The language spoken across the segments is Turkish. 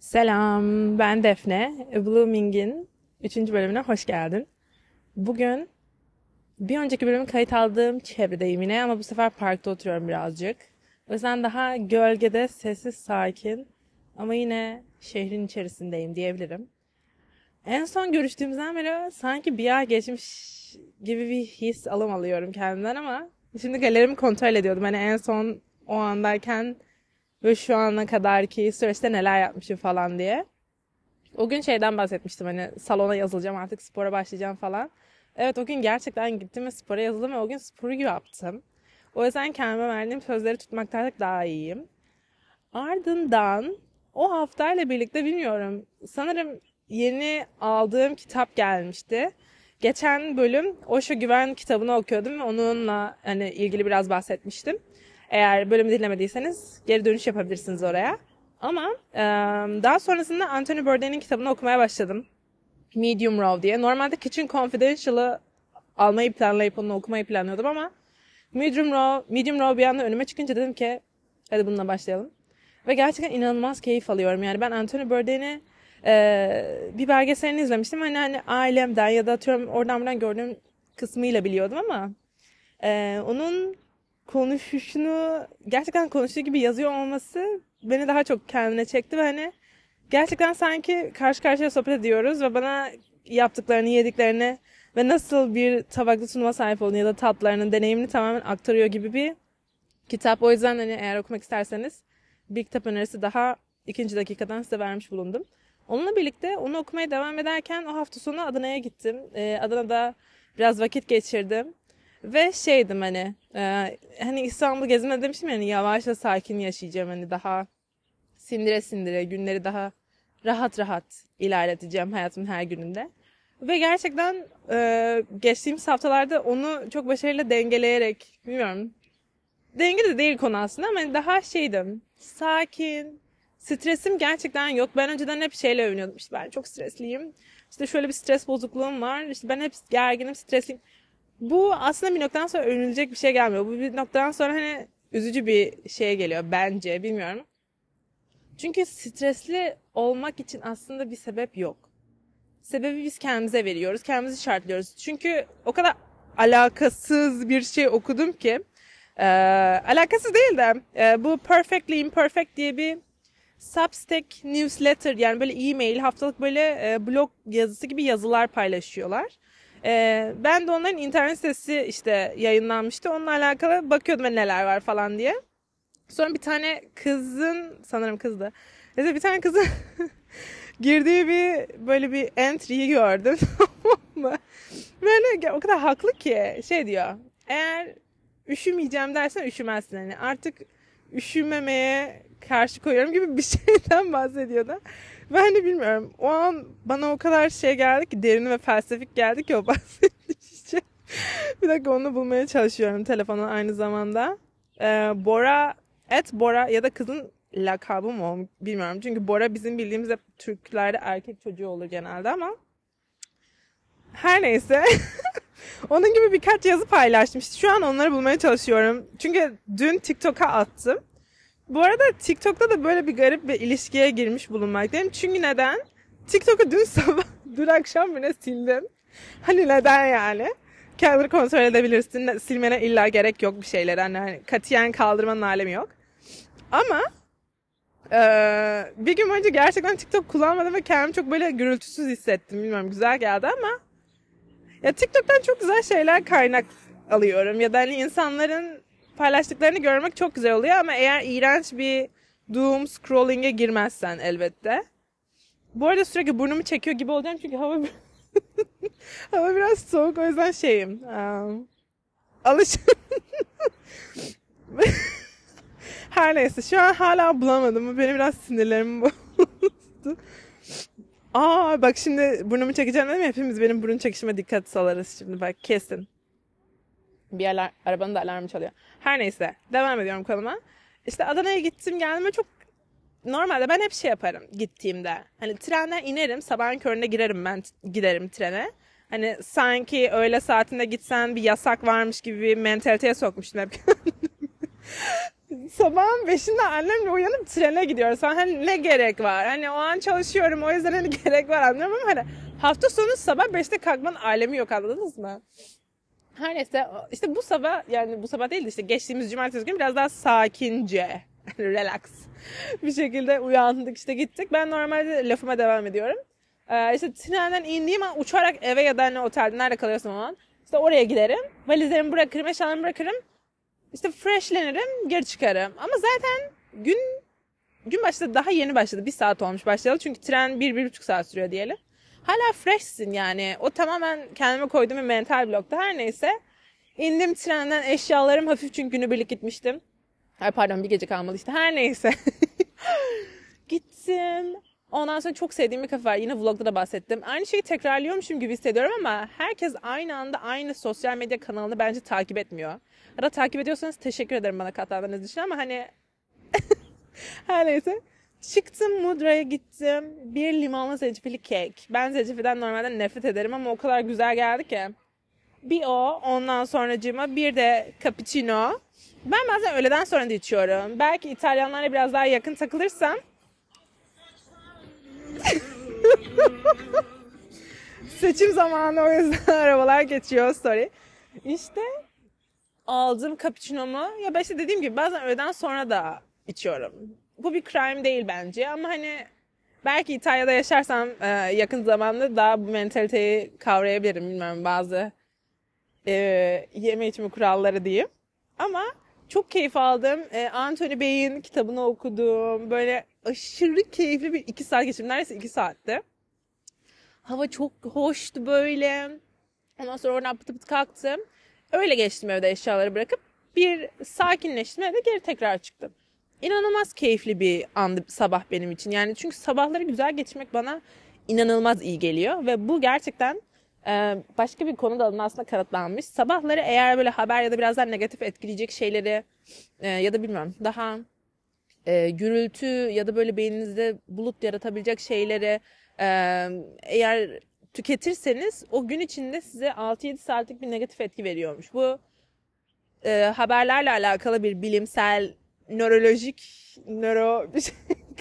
Selam, ben Defne. Blooming'in 3. bölümüne hoş geldin. Bugün bir önceki bölümü kayıt aldığım çevredeyim yine ama bu sefer parkta oturuyorum birazcık. O yüzden daha gölgede, sessiz, sakin ama yine şehrin içerisindeyim diyebilirim. En son görüştüğümüzden beri sanki bir ay geçmiş gibi bir his alıyorum kendimden ama şimdi galerimi kontrol ediyordum. Hani en son o andayken ve şu ana kadarki süreçte neler yapmışım falan diye. O gün şeyden bahsetmiştim, hani salona yazılacağım artık, spora başlayacağım falan. Evet, o gün gerçekten gittim ve spora yazıldım ve o gün sporu yaptım. O yüzden kendime verdiğim sözleri tutmakta artık daha iyiyim. Ardından o haftayla birlikte bilmiyorum, sanırım yeni aldığım kitap gelmişti. Geçen bölüm Osho Güven kitabını okuyordum ve onunla hani ilgili biraz bahsetmiştim. Eğer bölümü dinlemediyseniz geri dönüş yapabilirsiniz oraya. Ama daha sonrasında Anthony Bourdain'in kitabını okumaya başladım. Medium Raw diye. Normalde Kitchen Confidential'ı almayı planlayıp onu okumayı planlıyordum ama Medium Raw bir anda önüme çıkınca dedim ki hadi bununla başlayalım. Ve gerçekten inanılmaz keyif alıyorum. Yani ben Anthony Bourdain'i bir belgeselini izlemiştim. Hani ailemden ya da atıyorum oradan buradan gördüğüm kısmıyla biliyordum ama onun konuşuşunu gerçekten konuştuğu gibi yazıyor olması beni daha çok kendine çekti ve hani gerçekten sanki karşı karşıya sohbet ediyoruz ve bana yaptıklarını, yediklerini ve nasıl bir tabaklı sunuma sahip olduğunu ya da tatlarının deneyimini tamamen aktarıyor gibi bir kitap. O yüzden hani eğer okumak isterseniz bir kitap önerisi daha ikinci dakikadan size vermiş bulundum. Onunla birlikte onu okumaya devam ederken o hafta sonu Adana'ya gittim. Adana'da biraz vakit geçirdim. Ve şeydim hani İstanbul gezme demiştim, yani yavaş ve sakin yaşayacağım, hani daha sindire sindire günleri daha rahat rahat ilerleteceğim hayatımın her gününde. Ve gerçekten geçtiğimiz haftalarda onu çok başarıyla dengeleyerek, bilmiyorum, denge de değil konu aslında ama daha şeydim, sakin, stresim gerçekten yok. Ben önceden hep şeyle övünüyordum, işte ben çok stresliyim, işte şöyle bir stres bozukluğum var, işte ben hep gerginim, stresliyim. Bu aslında bir noktadan sonra övünülecek bir şey gelmiyor. Bu bir noktadan sonra hani üzücü bir şeye geliyor bence, bilmiyorum. Çünkü stresli olmak için aslında bir sebep yok. Sebebi biz kendimize veriyoruz, kendimizi şartlıyoruz. Çünkü o kadar alakasız bir şey okudum ki, alakasız değil de bu Perfectly Imperfect diye bir Substack newsletter, yani böyle e-mail, haftalık böyle blog yazısı gibi yazılar paylaşıyorlar. Ben de onların internet sitesi işte yayınlanmıştı. Onunla alakalı bakıyordum neler var falan diye. Sonra bir tane kızın, sanırım kızdı. Neyse, bir tane kızın girdiği böyle bir entry'yi gördüm. Böyle o kadar haklı ki şey diyor. Eğer üşümeyeceğim dersen üşümezsin. Hani artık üşümemeye karşı koyuyorum gibi bir şeyden bahsediyordu. Ben de bilmiyorum. O an bana o kadar şey geldi ki, derin ve felsefik geldi ki o bahsettiği şey. Bir dakika, onu bulmaya çalışıyorum telefona aynı zamanda. Bora ya da kızın lakabı mı o bilmiyorum. Çünkü Bora bizim bildiğimiz hep Türklerde erkek çocuğu olur genelde ama her neyse. Onun gibi birkaç yazı paylaştım. İşte şu an onları bulmaya çalışıyorum. Çünkü dün TikTok'a attım. Bu arada TikTok'ta da böyle bir garip bir ilişkiye girmiş bulunmaktayım. Çünkü neden? TikTok'u dün sabah, dün akşam bile sildim. Hani neden yani? Kendini kontrol edebilirsin. Silmene illa gerek yok bir şeyler. Hani katiyen kaldırmanın alemi yok. Ama bir gün önce gerçekten TikTok kullanmadım ve kendimi çok böyle gürültüsüz hissettim. Bilmiyorum, güzel geldi ama ya TikTok'tan çok güzel şeyler kaynak alıyorum. Ya da hani insanların paylaştıklarını görmek çok güzel oluyor ama eğer iğrenç bir doom scrolling'e girmezsen elbette. Bu arada sürekli burnumu çekiyor gibi olacağım çünkü hava biraz soğuk, o yüzden şeyim. Alış. Her neyse, şu an hala bulamadım. Bu beni biraz sinirlerimi bozdu. Bak, şimdi burnumu çekeceğim dedim ya, hepimiz benim burun çekişime dikkat salarız şimdi, bak kesin. Arabanın da alarmı çalıyor. Her neyse, devam ediyorum konuma. İşte Adana'ya gittim geldim ve çok normalde ben hep şey yaparım gittiğimde. Hani trenden inerim, sabahın köründe giderim trene. Hani sanki öğle saatinde gitsen bir yasak varmış gibi bir mentaliteye sokmuştum hep. sabahın 5'inde annemle uyanıp trene gidiyoruz. Hani ne gerek var? Hani o an çalışıyorum, o yüzden hani gerek var anlıyorum ama hani hafta sonu sabah 5'te kalkmanın alemi yok, anladınız mı? Her neyse işte bu sabah, yani bu sabah değil de işte geçtiğimiz cumartesi günü biraz daha sakince, relax bir şekilde uyandık, işte gittik. Ben normalde lafıma devam ediyorum. İşte trenden indiğim an uçarak eve ya da hani otelde nerede kalıyorsam o an işte oraya giderim. Valizlerimi bırakırım, eşyalarımı bırakırım. İşte freshlenirim, geri çıkarım. Ama zaten gün başladı, daha yeni başladı. 1 saat olmuş başlayalı. Çünkü tren 1-1,5 saat sürüyor diyelim. Hala freshsin yani. O tamamen kendime koyduğum bir mental blokta. Her neyse. İndim trenden, eşyalarım hafif çünkü günübirlik gitmiştim. Ay pardon, bir gece kalmalı işte. Her neyse. Gittim. Ondan sonra çok sevdiğim bir kafe var. Yine vlogda da bahsettim. Aynı şeyi tekrarlıyormuşum gibi hissediyorum ama herkes aynı anda aynı sosyal medya kanalını bence takip etmiyor. Ya da takip ediyorsanız teşekkür ederim bana katıldığınız için ama hani her neyse. Çıktım, Mudra'ya gittim. Bir limonlu zencefilli kek. Ben zencefilden normalde nefret ederim ama o kadar güzel geldi ki. Bir o, ondan sonracığıma bir de cappuccino. Ben bazen öğleden sonra da içiyorum. Belki İtalyanlarla biraz daha yakın takılırsam. Seçim zamanı, o yüzden arabalar geçiyor, sorry. İşte aldım cappuccino'mu. Ya ben işte dediğim gibi bazen öğleden sonra da içiyorum. Bu bir crime değil bence ama hani belki İtalya'da yaşarsam yakın zamanda daha bu mentaliteyi kavrayabilirim, bilmiyorum, bazı yeme içme kuralları diyeyim. Ama çok keyif aldım. Anthony Bey'in kitabını okudum. Böyle aşırı keyifli bir 2 saat geçirdim. Neredeyse 2 saatti. Hava çok hoştu böyle. Ondan sonra oradan pıtı pıtı kalktım. Öyle geçtim evde eşyaları bırakıp. Bir sakinleştim, evde geri tekrar çıktım. İnanılmaz keyifli bir andı sabah benim için. Yani çünkü sabahları güzel geçirmek bana inanılmaz iyi geliyor. Ve bu gerçekten başka bir konu dalında aslında kanıtlanmış. Sabahları eğer böyle haber ya da biraz daha negatif etkileyecek şeyleri ya da bilmiyorum daha gürültü ya da böyle beyninizde bulut yaratabilecek şeyleri eğer tüketirseniz o gün içinde size 6-7 saatlik bir negatif etki veriyormuş. Bu haberlerle alakalı bir bilimsel, nörolojik, bir şey.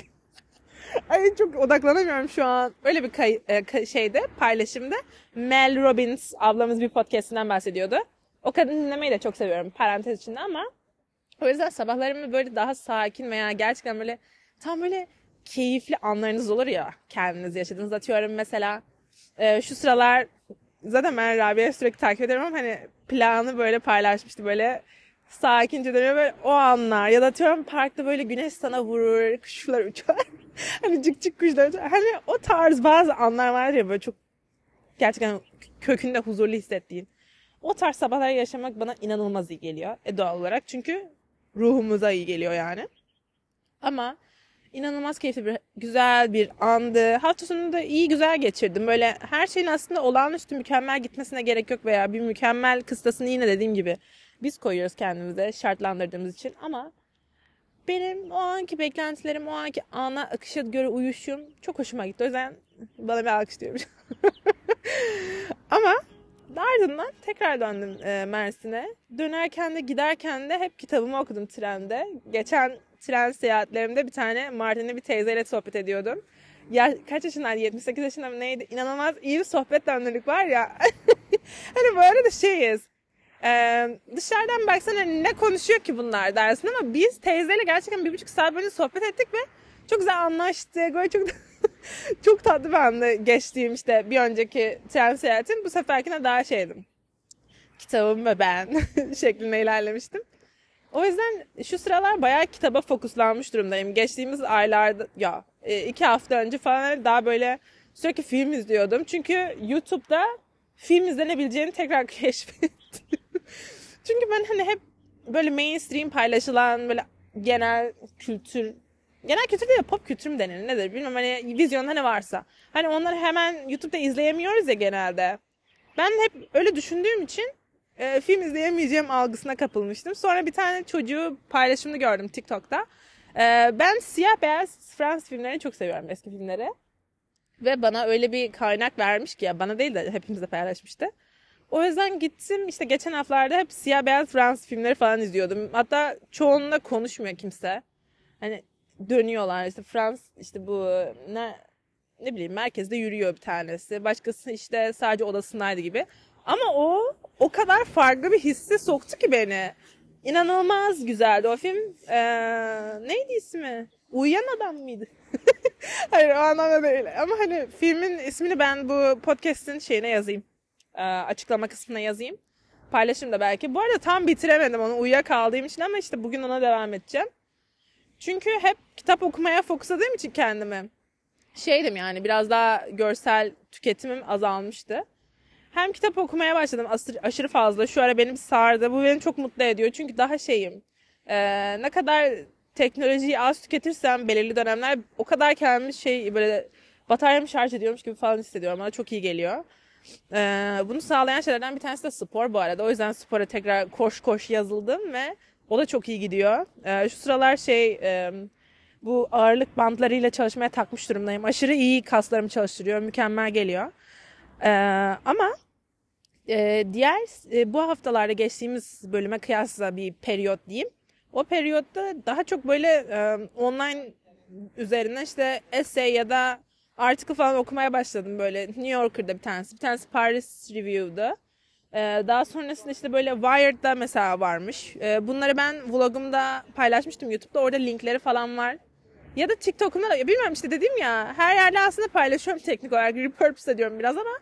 Ay çok odaklanamıyorum şu an. Öyle bir şeyde, paylaşımda Mel Robbins ablamız bir podcastinden bahsediyordu. O kadını dinlemeyi de çok seviyorum parantez içinde ama o yüzden sabahlarımı böyle daha sakin veya gerçekten böyle tam böyle keyifli anlarınız olur ya, kendiniz yaşadığınız, atıyorum mesela şu sıralar zaten ben Rabia'yı sürekli takip ediyorum ama hani planı böyle paylaşmıştı, böyle sakince dönüyor böyle o anlar ya da atıyorum parkta böyle güneş sana vurur, kuşlar uçar hani cık cık kuşlar uçar, hani o tarz bazı anlar var ya böyle çok gerçekten kökünde huzurlu hissettiğin o tarz sabahlar yaşamak bana inanılmaz iyi geliyor doğal olarak çünkü ruhumuza iyi geliyor yani. Ama inanılmaz keyifli bir, güzel bir andı. Hafta sonunu da iyi güzel geçirdim. Böyle her şeyin aslında olağanüstü mükemmel gitmesine gerek yok veya bir mükemmel kıstasını yine dediğim gibi biz koyuyoruz kendimize şartlandırdığımız için. Ama benim o anki beklentilerim, o anki ana akışa göre uyuşum çok hoşuma gitti. O yüzden bana bir alkış diyorum. Ama ardından tekrar döndüm Mersin'e. Dönerken de giderken de hep kitabımı okudum trende. Geçen tren seyahatlerimde bir tane Mardinli bir teyzeyle sohbet ediyordum. Ya kaç yaşındaydı? 78 yaşında mı neydi? İnanılmaz iyi bir sohbet döndürlük var ya. Hani böyle de şeyiz. Dışarıdan baksana ne konuşuyor ki bunlar dersin ama biz teyzeyle gerçekten 1,5 saat boyunca sohbet ettik ve çok güzel anlaştık. Böyle çok çok tatlı bir anda geçtiğim işte bir önceki tren seyahatim. Bu seferkine daha şeydim. Kitabım ve ben şeklinde ilerlemiştim. O yüzden şu sıralar bayağı kitaba fokuslanmış durumdayım. Geçtiğimiz aylarda 2 hafta önce falan daha böyle sürekli film izliyordum. Çünkü YouTube'da film izlenebileceğini tekrar keşfettim. Çünkü ben hani hep böyle mainstream paylaşılan böyle genel kültür değil de pop kültür mü denir nedir bilmem, hani vizyonda ne varsa. Hani onları hemen YouTube'da izleyemiyoruz ya genelde. Ben hep öyle düşündüğüm için film izleyemeyeceğim algısına kapılmıştım. Sonra bir tane çocuğu paylaşımını gördüm TikTok'ta. Ben siyah beyaz Fransız filmlerini çok seviyorum, eski filmleri. Ve bana öyle bir kaynak vermiş ki, ya bana değil de hepimize paylaşmıştı. O yüzden gittim işte geçen haftalarda hep siyah beyaz Fransız filmleri falan izliyordum. Hatta çoğunla konuşmuyor kimse. Hani dönüyorlar işte Fransız işte bu ne bileyim merkezde yürüyor bir tanesi. Başkası işte sadece odasındaydı gibi. Ama o kadar farklı bir hisse soktu ki beni. İnanılmaz güzeldi o film. Neydi ismi? Uyuyan Adam mıydı? Hayır o anlamda değil. Ama hani filmin ismini ben bu podcast'in şeyine yazayım. Açıklama kısmına yazayım. Paylaşırım da belki. Bu arada tam bitiremedim onu uyuyakaldığım için ama işte bugün ona devam edeceğim. Çünkü hep kitap okumaya fokusladığım için kendimi. Şeydim yani biraz daha görsel tüketimim azalmıştı. Hem kitap okumaya başladım aşırı fazla. Şu ara benim sardı. Bu beni çok mutlu ediyor. Çünkü daha şeyim. Ne kadar teknolojiyi az tüketirsem belirli dönemler o kadar kendimi böyle bataryamı şarj ediyormuş gibi falan hissediyorum. Bana çok iyi geliyor. Bunu sağlayan şeylerden bir tanesi de spor bu arada. O yüzden spora tekrar koş yazıldım ve o da çok iyi gidiyor. Şu sıralar bu ağırlık bantlarıyla çalışmaya takmış durumdayım. Aşırı iyi kaslarımı çalıştırıyor. Mükemmel geliyor. Ama diğer bu haftalarda geçtiğimiz bölüme kıyasla bir periyot diyeyim. O periyotta daha çok böyle online üzerinden işte essay ya da article falan okumaya başladım böyle. New Yorker'da bir tanesi Paris Review'da. Daha sonrasında işte böyle Wired'da mesela varmış. Bunları ben vlogumda paylaşmıştım YouTube'da. Orada linkleri falan var. Ya da TikTok'umda da bilmiyorum işte dedim ya her yerde aslında paylaşıyorum teknik olarak. Repurpose ediyorum biraz ama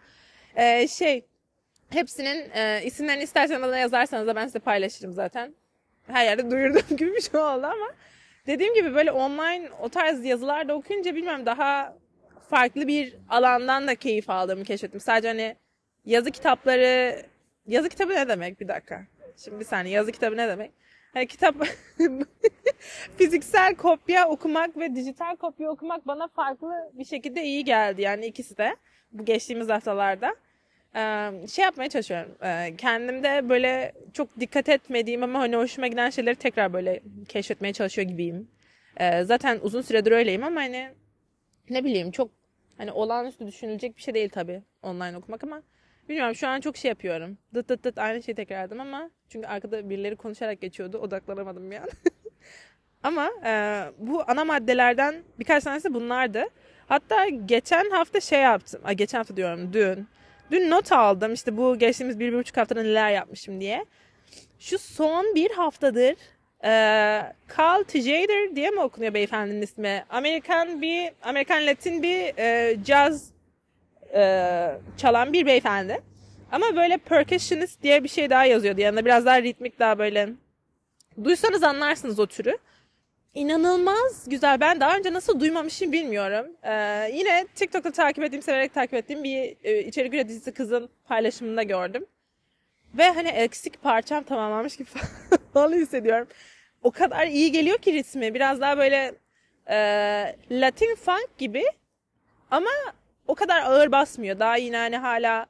hepsinin isimlerini isterseniz bana yazarsanız da ben size paylaşırım zaten. Her yerde duyurduğum gibi bir şey oldu ama dediğim gibi böyle online o tarz yazılar da okuyunca bilmiyorum daha farklı bir alandan da keyif aldığımı keşfettim. Sadece hani yazı kitabı ne demek? Bir dakika. Şimdi bir saniye yazı kitabı ne demek? Hani kitap fiziksel kopya okumak ve dijital kopya okumak bana farklı bir şekilde iyi geldi. Yani ikisi de bu geçtiğimiz haftalarda. Yapmaya çalışıyorum. Kendimde böyle çok dikkat etmediğim ama hani hoşuma giden şeyleri tekrar böyle keşfetmeye çalışıyor gibiyim. Zaten uzun süredir öyleyim ama hani ne bileyim çok hani olağanüstü düşünülecek bir şey değil tabii online okumak ama bilmiyorum şu an çok şey yapıyorum. Dıt dıt dıt aynı şeyi tekrarladım ama çünkü arkada birileri konuşarak geçiyordu. Odaklanamadım bir an. Ama bu ana maddelerden birkaç tanesi bunlardı. Hatta geçen hafta yaptım. Geçen hafta diyorum dün. Dün not aldım işte bu geçtiğimiz 1,5 haftada neler yapmışım diye. Şu son bir haftadır Carl Tjader diye mi okunuyor beyefendinin ismi? Amerikan Latin bir caz çalan bir beyefendi. Ama böyle percussionist diye bir şey daha yazıyordu. Yanında biraz daha ritmik daha böyle. Duysanız anlarsınız o türü. İnanılmaz güzel. Ben daha önce nasıl duymamışım bilmiyorum. Yine TikTok'ta severek takip ettiğim bir içerik üreticisi kızın paylaşımında gördüm. Ve hani eksik parçam tamamlanmış gibi falan hissediyorum. O kadar iyi geliyor ki ritmi. Biraz daha böyle Latin funk gibi ama o kadar ağır basmıyor. Daha yine hani hala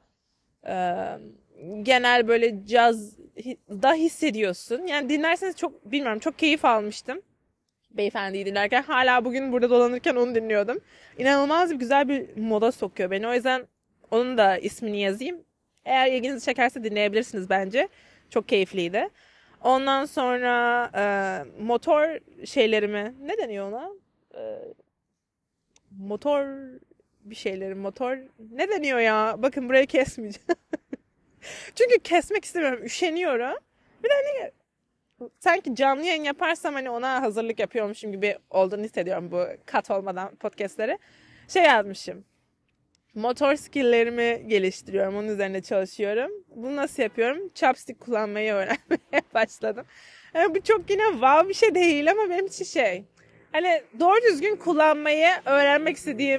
genel böyle caz da hissediyorsun. Yani dinlerseniz çok bilmiyorum çok keyif almıştım. Beyefendiyi dinlerken hala bugün burada dolanırken onu dinliyordum. İnanılmaz güzel bir moda sokuyor beni. O yüzden onun da ismini yazayım. Eğer ilginizi çekerse dinleyebilirsiniz bence. Çok keyifliydi. Ondan sonra motor şeylerimi ne deniyor ona? Motor ne deniyor ya? Bakın burayı kesmeyeceğim. Çünkü kesmek istemiyorum. Üşeniyorum. Bir de hani sanki canlı yayın yaparsam hani ona hazırlık yapıyormuşum gibi olduğunu hissediyorum bu cut olmadan podcastleri. Yazmışım. Motor skill'lerimi geliştiriyorum. Onun üzerine çalışıyorum. Bunu nasıl yapıyorum? Chopstick kullanmayı öğrenmeye başladım. Yani bu çok yine wow bir şey değil ama benim için hani doğru düzgün kullanmayı öğrenmek istediğim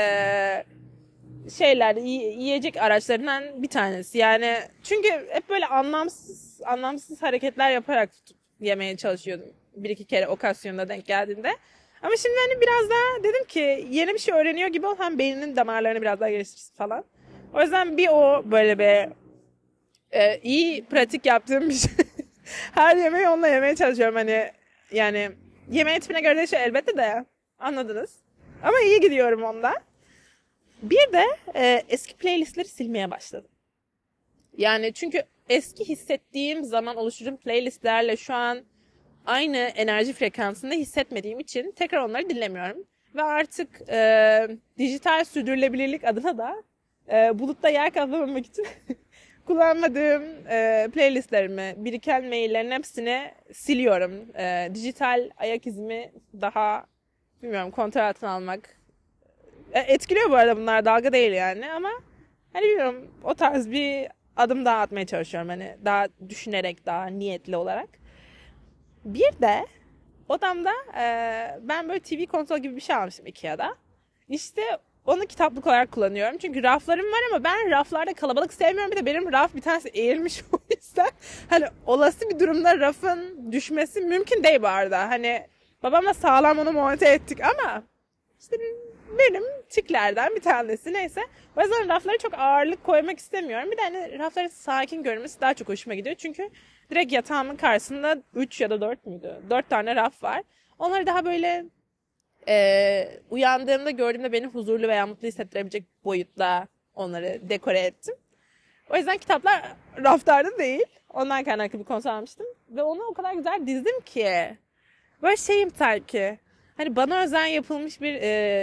yiyecek araçlarından bir tanesi. Yani çünkü hep böyle anlamsız hareketler yaparak tutup yemeye çalışıyordum. Bir iki kere okasyonda denk geldiğinde. Ama şimdi hani biraz daha dedim ki yeni bir şey öğreniyor gibi ol hem beyninin damarlarını biraz daha geliştirsin falan. O yüzden böyle bir iyi pratik yaptığım bir şey. Her yemeği onunla yemeye çalışıyorum hani yani yeme tipine göre değişiyor elbette de anladınız. Ama iyi gidiyorum onda. Bir de eski playlistleri silmeye başladım. Yani çünkü eski hissettiğim zaman oluşturduğum playlistlerle şu an aynı enerji frekansında hissetmediğim için tekrar onları dinlemiyorum. Ve artık dijital sürdürülebilirlik adına da bulutta yer kaplamamak için kullanmadığım playlistlerimi, biriken maillerin hepsini siliyorum. Dijital ayak izimi daha bilmiyorum kontrol altına almak. Etkiliyor bu arada, bunlar dalga değil yani, ama hani bilmiyorum, o tarz bir adım daha atmaya çalışıyorum. Hani daha düşünerek, daha niyetli olarak. Bir de odamda ben böyle TV konsol gibi bir şey almıştım Ikea'da. İşte onu kitaplık olarak kullanıyorum. Çünkü raflarım var ama ben raflarda kalabalık sevmiyorum. Bir de benim raf bir tanesi eğilmiş, o yüzden hani olası bir durumda rafın düşmesi mümkün değil bu arada. Hani babamla sağlam onu monte ettik ama işte benim tiklerden bir tanesi, neyse. O yüzden raflara çok ağırlık koymak istemiyorum. Bir de hani rafların sakin görünmesi daha çok hoşuma gidiyor. Çünkü direkt yatağımın karşısında 3 ya da 4 müydü? 4 tane raf var. Onları daha böyle uyandığımda, gördüğümde beni huzurlu veya mutlu hissettirebilecek boyutla onları dekore ettim. O yüzden kitaplar raflarda değil. Ondan kaynaklı bir konsol almıştım. Ve onu o kadar güzel dizdim ki. Böyle şeyim sanki. Hani bana özen yapılmış bir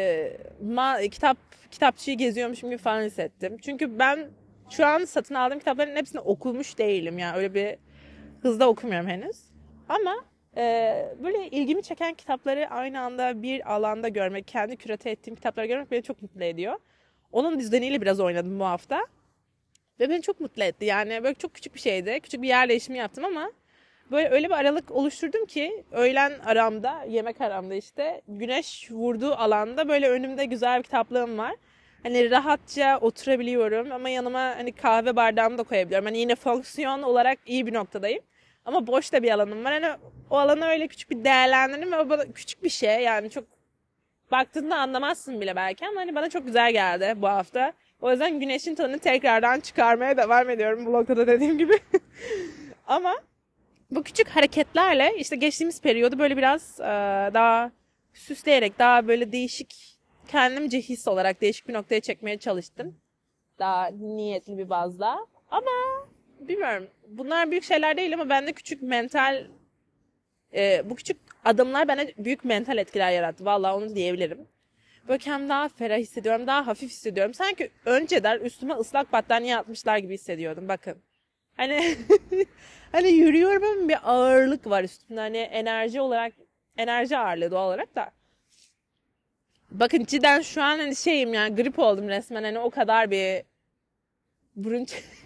kitapçıyı geziyormuşum gibi falan hissettim. Çünkü ben şu an satın aldığım kitapların hepsini okumuş değilim. Yani öyle bir hızda okumuyorum henüz. Ama böyle ilgimi çeken kitapları aynı anda bir alanda görmek, kendi kürate ettiğim kitapları görmek beni çok mutlu ediyor. Onun düzeniyle biraz oynadım bu hafta. Ve beni çok mutlu etti. Yani böyle çok küçük bir şeydi. Küçük bir yer değişimi yaptım ama böyle öyle bir aralık oluşturdum ki öğlen aramda, yemek aramda işte güneş vurduğu alanda böyle önümde güzel bir kitaplığım var. Hani rahatça oturabiliyorum ama yanıma hani kahve bardağımı da koyabiliyorum. Hani yine fonksiyon olarak iyi bir noktadayım. Ama boş da bir alanım var. Hani o alanı öyle küçük bir değerlendirdim ve o bana küçük bir şey. Yani çok baktığında anlamazsın bile belki ama hani bana çok güzel geldi bu hafta. O yüzden güneşin tadını tekrardan çıkarmaya devam ediyorum bu noktada, dediğim gibi. Ama bu küçük hareketlerle işte geçtiğimiz periyodu böyle biraz daha süsleyerek, daha böyle değişik, kendimce his olarak değişik bir noktaya çekmeye çalıştım. Daha niyetli bir bazda. Ama bilmiyorum, bunlar büyük şeyler değil ama bende küçük mental, bu küçük adımlar bende büyük mental etkiler yarattı. Vallahi onu diyebilirim. Böyle hem daha ferah hissediyorum, daha hafif hissediyorum. Sanki önceden üstüme ıslak battaniye atmışlar gibi hissediyordum. Bakın. Hani hani yürüyorum ama bir ağırlık var üstümde. Hani enerji olarak, enerji ağırlığı doğal olarak da. Bakın cidden şu an hani şeyim, yani grip oldum resmen. Hani o kadar bir burun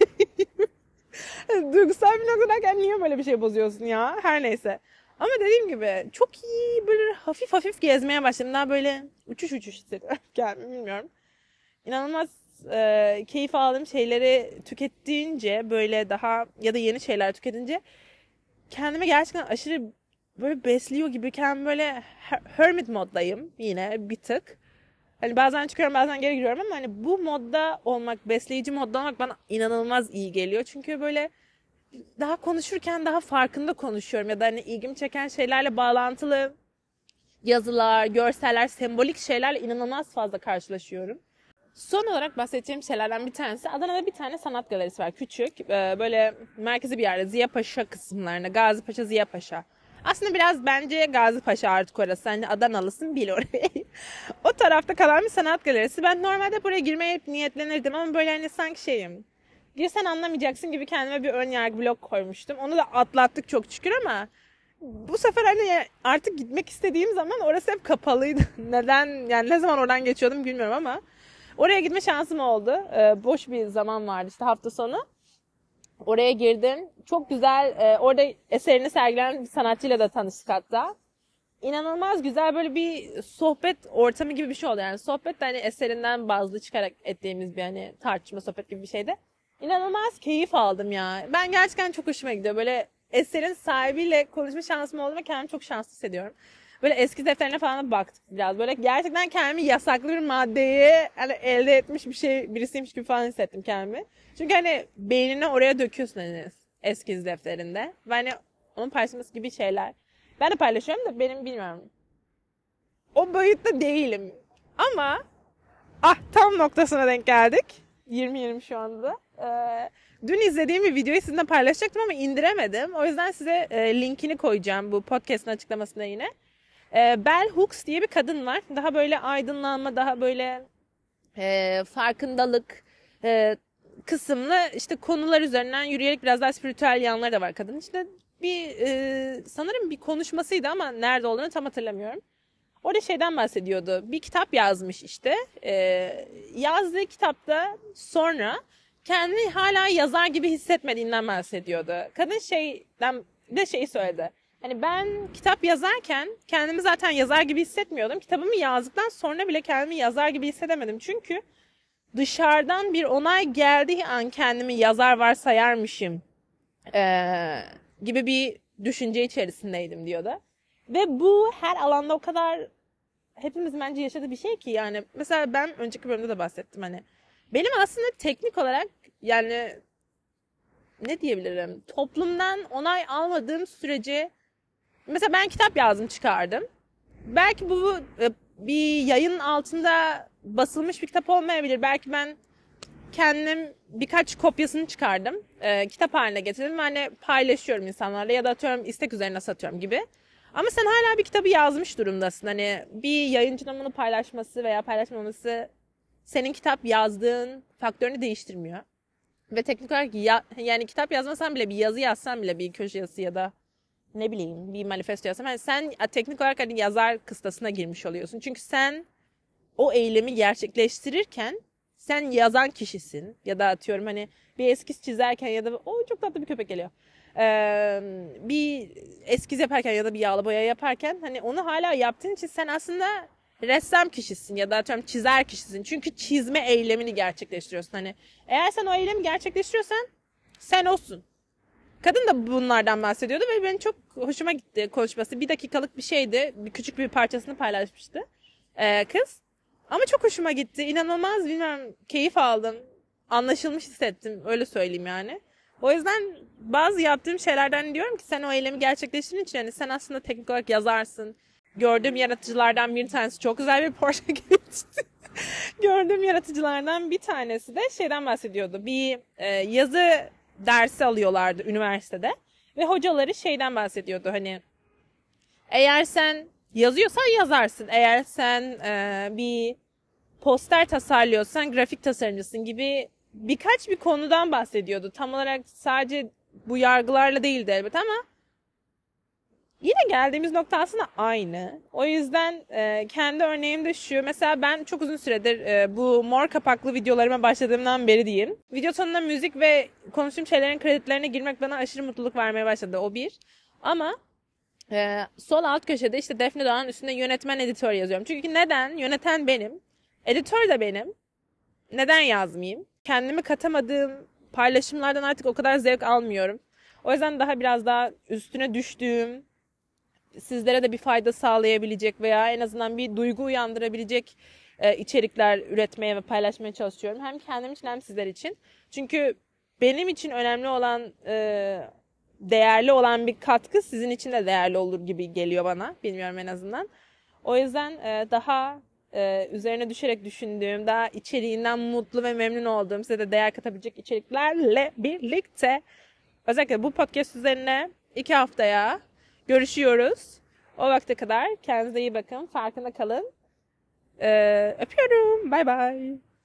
duygusal bir noktadayken niye böyle bir şey bozuyorsun ya? Her neyse. Ama dediğim gibi çok iyi böyle hafif hafif gezmeye başladım. Daha böyle uçuş hissediyorum kendimi, bilmiyorum. İnanılmaz keyif aldığım şeyleri tükettiğince, böyle daha ya da yeni şeyler tüketince kendime gerçekten aşırı böyle besliyor gibi, kendimi böyle hermit moddayım yine bir tık. Hani bazen çıkıyorum, bazen geri giriyorum ama hani bu modda olmak, besleyici modda olmak bana inanılmaz iyi geliyor. Çünkü böyle daha konuşurken daha farkında konuşuyorum ya da hani ilgimi çeken şeylerle bağlantılı yazılar, görseller, sembolik şeylerle inanılmaz fazla karşılaşıyorum. Son olarak bahsedeceğim şeylerden bir tanesi, Adana'da bir tane sanat galerisi var, küçük. Böyle merkezi bir yerde, Ziya Paşa kısımlarında, Gazi Paşa, Ziya Paşa. Aslında biraz bence Gazi Paşa artık orası. Hani Adanalısın, bil orayı. O tarafta kalan bir sanat galerisi. Ben normalde buraya girmeye hep niyetlenirdim ama böyle hani sanki şeyim, girsen anlamayacaksın gibi kendime bir ön yargı blok koymuştum. Onu da atlattık çok şükür ama bu sefer hani artık gitmek istediğim zaman orası hep kapalıydı. Neden? Yani ne zaman oradan geçiyordum bilmiyorum ama oraya gitme şansım oldu. Boş bir zaman vardı işte, hafta sonu. Oraya girdim. Çok güzel. Orada eserini sergilen bir sanatçıyla da tanıştık hatta. İnanılmaz güzel böyle bir sohbet ortamı gibi bir şey oldu. Yani sohbet de hani eserinden bazlı çıkarak ettiğimiz bir hani tartışma, sohbet gibi bir şeydi. İnanılmaz keyif aldım ya. Ben gerçekten çok hoşuma gidiyor. Böyle eserin sahibiyle konuşma şansım oldu ve kendimi çok şanslı hissediyorum. Böyle eski defterine falan da baktık biraz. Böyle gerçekten kendimi yasaklı bir maddeyi hani elde etmiş bir şey, birisiymiş gibi falan hissettim kendimi. Çünkü hani beynini oraya döküyorsun hani eskiz defterinde. Ve hani onun paylaşması gibi şeyler. Ben de paylaşıyorum da benim bilmiyorum. O boyutta değilim. Ama tam noktasına denk geldik. 20-20 şu anda. Dün izlediğim bir videoyu sizinle paylaşacaktım ama indiremedim. O yüzden size linkini koyacağım bu podcast'ın açıklamasına yine. Bell Hooks diye bir kadın var. Daha böyle aydınlanma, daha böyle farkındalık kısımlı işte konular üzerinden yürüyerek biraz daha spiritüel yanları da var kadın. İşte sanırım bir konuşmasıydı ama nerede olduğunu tam hatırlamıyorum. Orada şeyden bahsediyordu. Bir kitap yazmış işte. Yazdığı kitapta sonra kendini hala yazar gibi hissetmediğinden bahsediyordu. Kadın şeyi söyledi. Hani ben kitap yazarken kendimi zaten yazar gibi hissetmiyordum. Kitabımı yazdıktan sonra bile kendimi yazar gibi hissedemedim. Çünkü dışarıdan bir onay geldiği an kendimi yazar varsayarmışım gibi bir düşünce içerisindeydim diyordu. Ve bu her alanda o kadar hepimiz bence yaşadığı bir şey ki yani mesela ben önceki bölümde de bahsettim hani benim aslında teknik olarak yani ne diyebilirim toplumdan onay almadığım sürece mesela ben kitap yazdım çıkardım. Belki bu bir yayın altında basılmış bir kitap olmayabilir. Belki ben kendim birkaç kopyasını çıkardım. Kitap haline getirdim ve hani paylaşıyorum insanlarla ya da atıyorum istek üzerine satıyorum gibi. Ama sen hala bir kitabı yazmış durumdasın. Hani bir yayıncının bunu paylaşması veya paylaşmaması senin kitap yazdığın faktörünü değiştirmiyor. Ve teknik olarak yani kitap yazmasan bile bir yazı yazsan bile bir köşe yazısı ya da ne bileyim bir manifesto yazsan hani sen teknik olarak hani yazar kıstasına girmiş oluyorsun. Çünkü sen o eylemi gerçekleştirirken sen yazan kişisin ya da atıyorum hani bir eskiz çizerken ya da çok tatlı bir köpek geliyor. Bir eskiz yaparken ya da bir yağlı boya yaparken hani onu hala yaptığın için sen aslında ressam kişisin ya da atıyorum çizer kişisin. Çünkü çizme eylemini gerçekleştiriyorsun. Hani eğer sen o eylemi gerçekleştiriyorsan sen olsun. Kadın da bunlardan bahsediyordu ve benim çok hoşuma gitti konuşması. 1 dakikalık bir şeydi. Küçük bir parçasını paylaşmıştı kız. Ama çok hoşuma gitti. İnanılmaz bilmem keyif aldım. Anlaşılmış hissettim. Öyle söyleyeyim yani. O yüzden bazı yaptığım şeylerden diyorum ki sen o eylemi gerçekleştirdiğin için hani sen aslında teknik olarak yazarsın. Gördüğüm yaratıcılardan bir tanesi çok güzel bir Porsche geçti. Gördüğüm yaratıcılardan bir tanesi de şeyden bahsediyordu. Bir yazı dersi alıyorlardı üniversitede. Ve hocaları şeyden bahsediyordu hani eğer sen yazıyorsan yazarsın. Eğer sen bir poster tasarlıyorsan grafik tasarımcısın gibi birkaç bir konudan bahsediyordu. Tam olarak sadece bu yargılarla değildi elbette ama yine geldiğimiz nokta aslında aynı. O yüzden kendi örneğim de şu. Mesela ben çok uzun süredir bu mor kapaklı videolarıma başladığımdan beri diyeyim. Video sonuna müzik ve konuştuğum şeylerin kredilerine girmek bana aşırı mutluluk vermeye başladı. O bir. Ama sol alt köşede işte Defne Doğan üstünde yönetmen editör yazıyorum. Çünkü neden? Yöneten benim. Editör de benim. Neden yazmayayım? Kendimi katamadığım paylaşımlardan artık o kadar zevk almıyorum. O yüzden biraz daha üstüne düştüğüm, sizlere de bir fayda sağlayabilecek veya en azından bir duygu uyandırabilecek içerikler üretmeye ve paylaşmaya çalışıyorum. Hem kendim için hem sizler için. Çünkü benim için önemli olan, değerli olan bir katkı sizin için de değerli olur gibi geliyor bana. Bilmiyorum en azından. O yüzden daha üzerine düşerek düşündüğüm, daha içeriğinden mutlu ve memnun olduğum, size de değer katabilecek içeriklerle birlikte özellikle bu podcast üzerine 2 haftaya görüşüyoruz. O vakte kadar kendinize iyi bakın, farkında kalın. Öpüyorum. Bye bye.